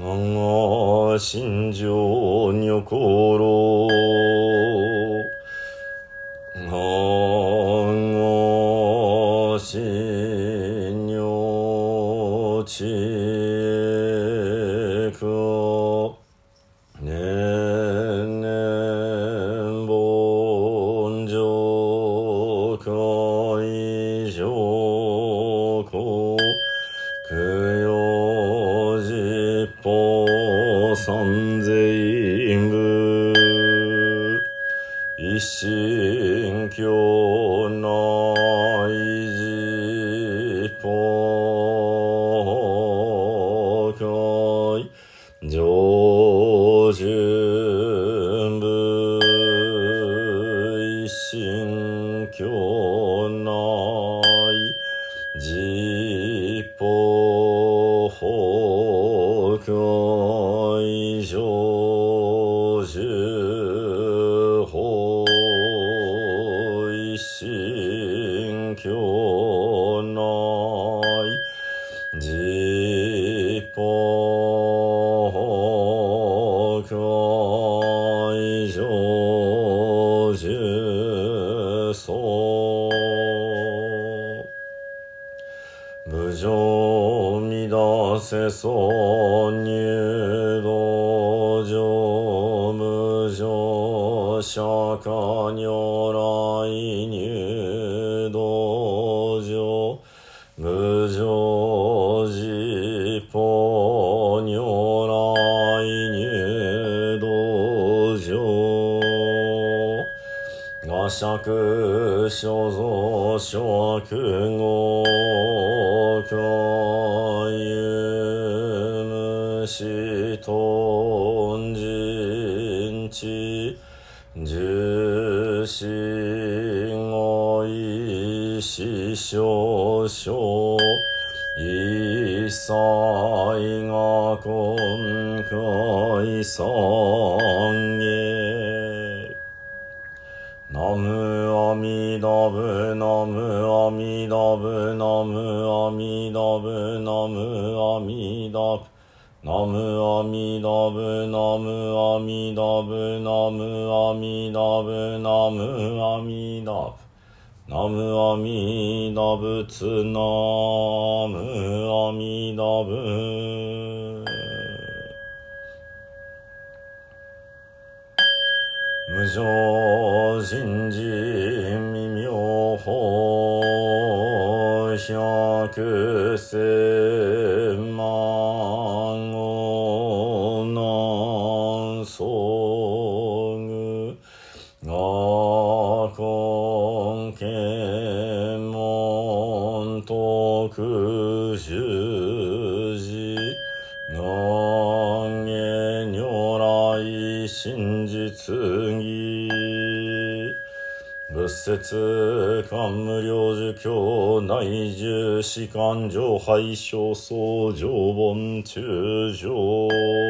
我心情女心我心女知恵く年々凡上海上公供養実法三千部一心教内実法教上順部一心教内実法法教上順法一心教内実法教上順相無常乱せそう入道場無常釈迦如来入道場無常実法如来入道場我釈所蔵諸悪語教有無視頓人知十心語意思少々一切が根海三へナムアミダブナムアミダブナムアミダブナムアミダブナムアミダブナムアミダブナムアミダブナムアミダブナムアミダブツナムアミダブ無常人事未妙法百千万語難遭遇我根検問徳十字願言如来真実義仏説官無量寿経内十士官上拝正僧上凡中上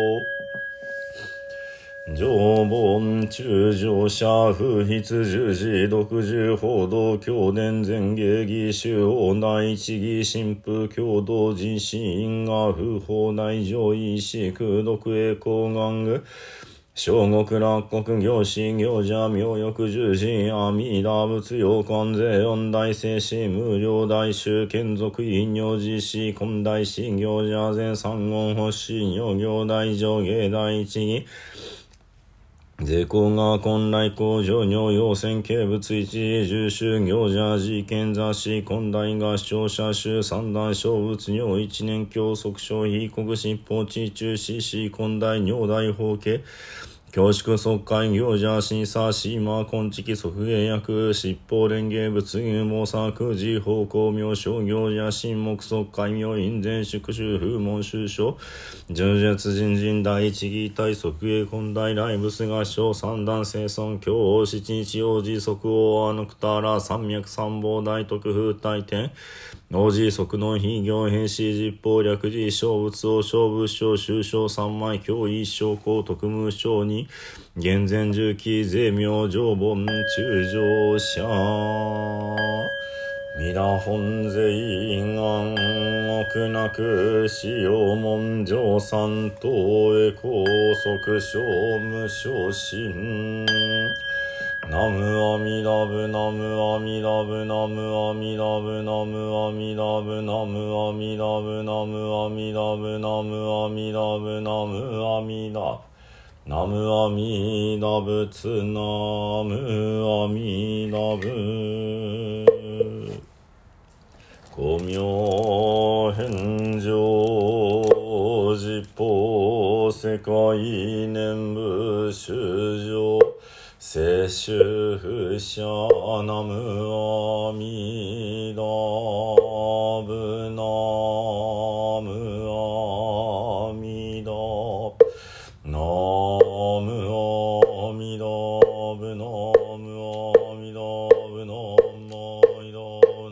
上凡中上者不筆十字独十報道教伝前芸義修王内一義神父共同人心因果不法内上意識空毒栄光願具小国落国行師行者妙欲十字阿弥陀仏用観世音大聖師無量大衆眷属因行実施根大師行者前三言発信行行大上下大一義税公が根来工場尿用線形物一時重修行者事件雑誌根大合唱者衆三段小物尿一年教則消費国執法地中死死根大尿大法系教宿即会行者審査シーマー根知即芸役執法連芸物牛毛作事方向名称行者神目即会名院前宿主風門修正純術人人第一義体即芸根大来仏合唱三段生尊教王七日王子即王アヌクタラ三脈三宝大徳風大天王子即の非行変死実法略示小仏王小仏小修正三枚教一小公特務小二現前重機税名上凡中上者皆本税願奥なく使用文上三等へ高速小無昇進ナムアミダブナムアミダブナムアミダブナムアミダブナムアミダブナムアミダブナムアミダブナムアミダブナムアミダブツナムアミダブ五明返上実法世界念仏衆生世襲者ナムアミダブナムアミダブナムアミダブナムアミダブナムアミダ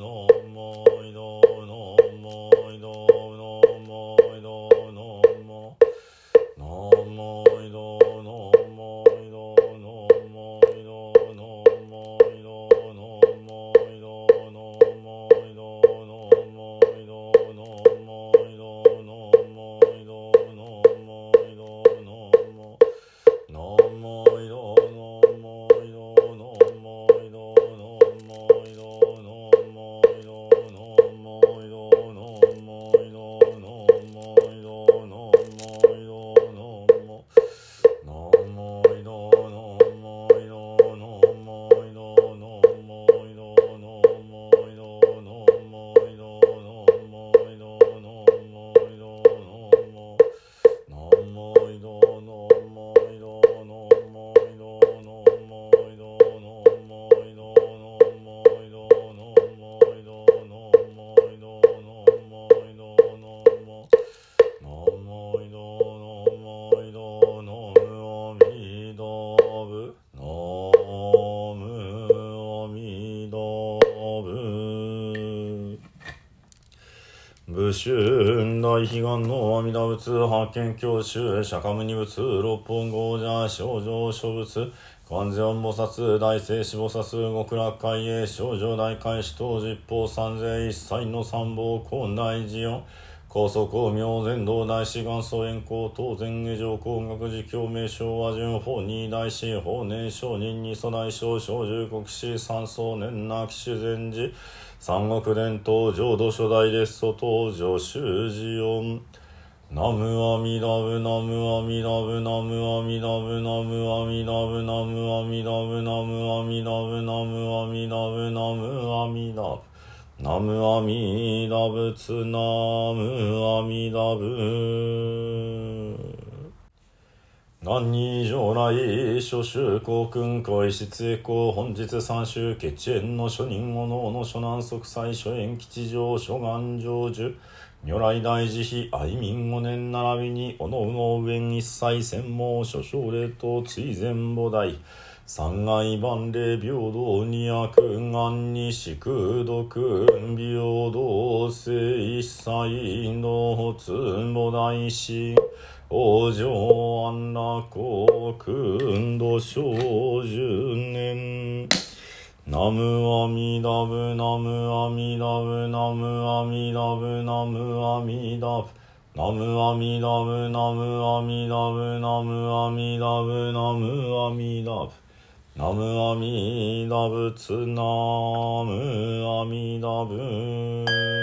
武春大悲願の阿弥陀仏発見教習釈迦牟尼仏六本豪者少女諸仏観世音菩薩大聖子菩薩極楽海へ少女大海使徒十方三世一切の三宝根大寺音高祖光明禅道大師元祖円光当然下上工学寺教名称和順法二大師法年上人二祖大将小十国師三宗年那騎主禅寺三国伝統浄土初代列祖登場修士音ナムアミダブナムアミダブナムアミダブナムアミダブナムアミダブナムアミダブナムアミダブナムアミダブナムアミダブツナムアミダブ何二上来諸宗公君会室へ公本日三州決縁の諸人お能の諸南即祭諸縁吉祥諸願成就如来大慈悲愛民五年並びにおのの上一切専門諸奨礼と追善菩提三愛万礼平等二悪願に宿毒平等性一切のつ菩提心往生安楽国土小十年ナムアミダブナムアミダブナムアミダブナムアミダブナムアミダブナムアミダブナムアミダブナムアミダブナムアミダブツナムアミダブ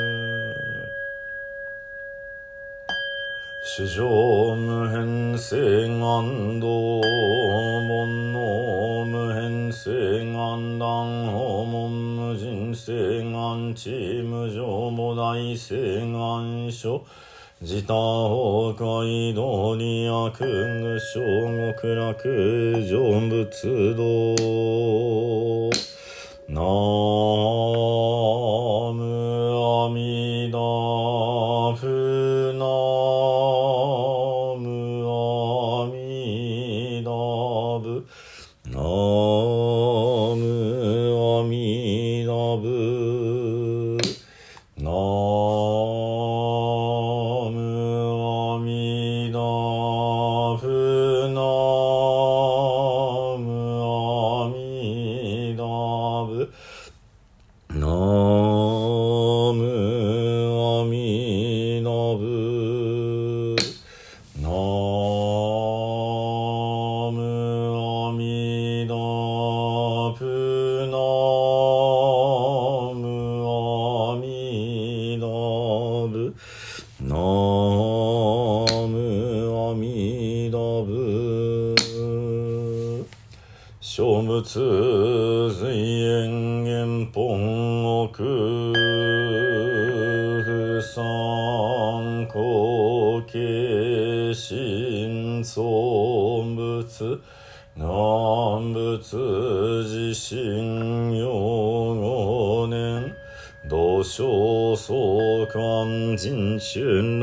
主上無変性願道煩悩無変性願断訪問無人性願地無常菩提性願書自他崩壊道理悪具小極楽成仏道ナムアミダブナムアミダブナムアミダブナムアミダブナムアミダブナブナムアミダプナムアミダブナムアミダブ書物随縁元本奥不参考形心存物南仏自身用5年土生相関人春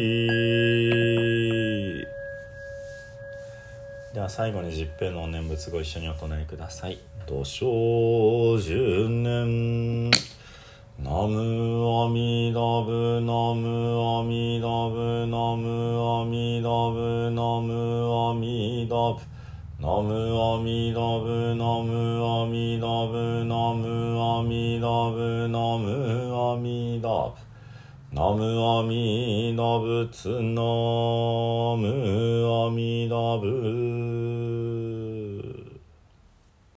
来。では最後に十平の念仏ご一緒にお唱えください。土生十年ナムアミダブナムアミダブナムアミダブナムアミダブナムアミダブナムアミダブナムアミダブナムアミダブナムアミダブツナムアミダブ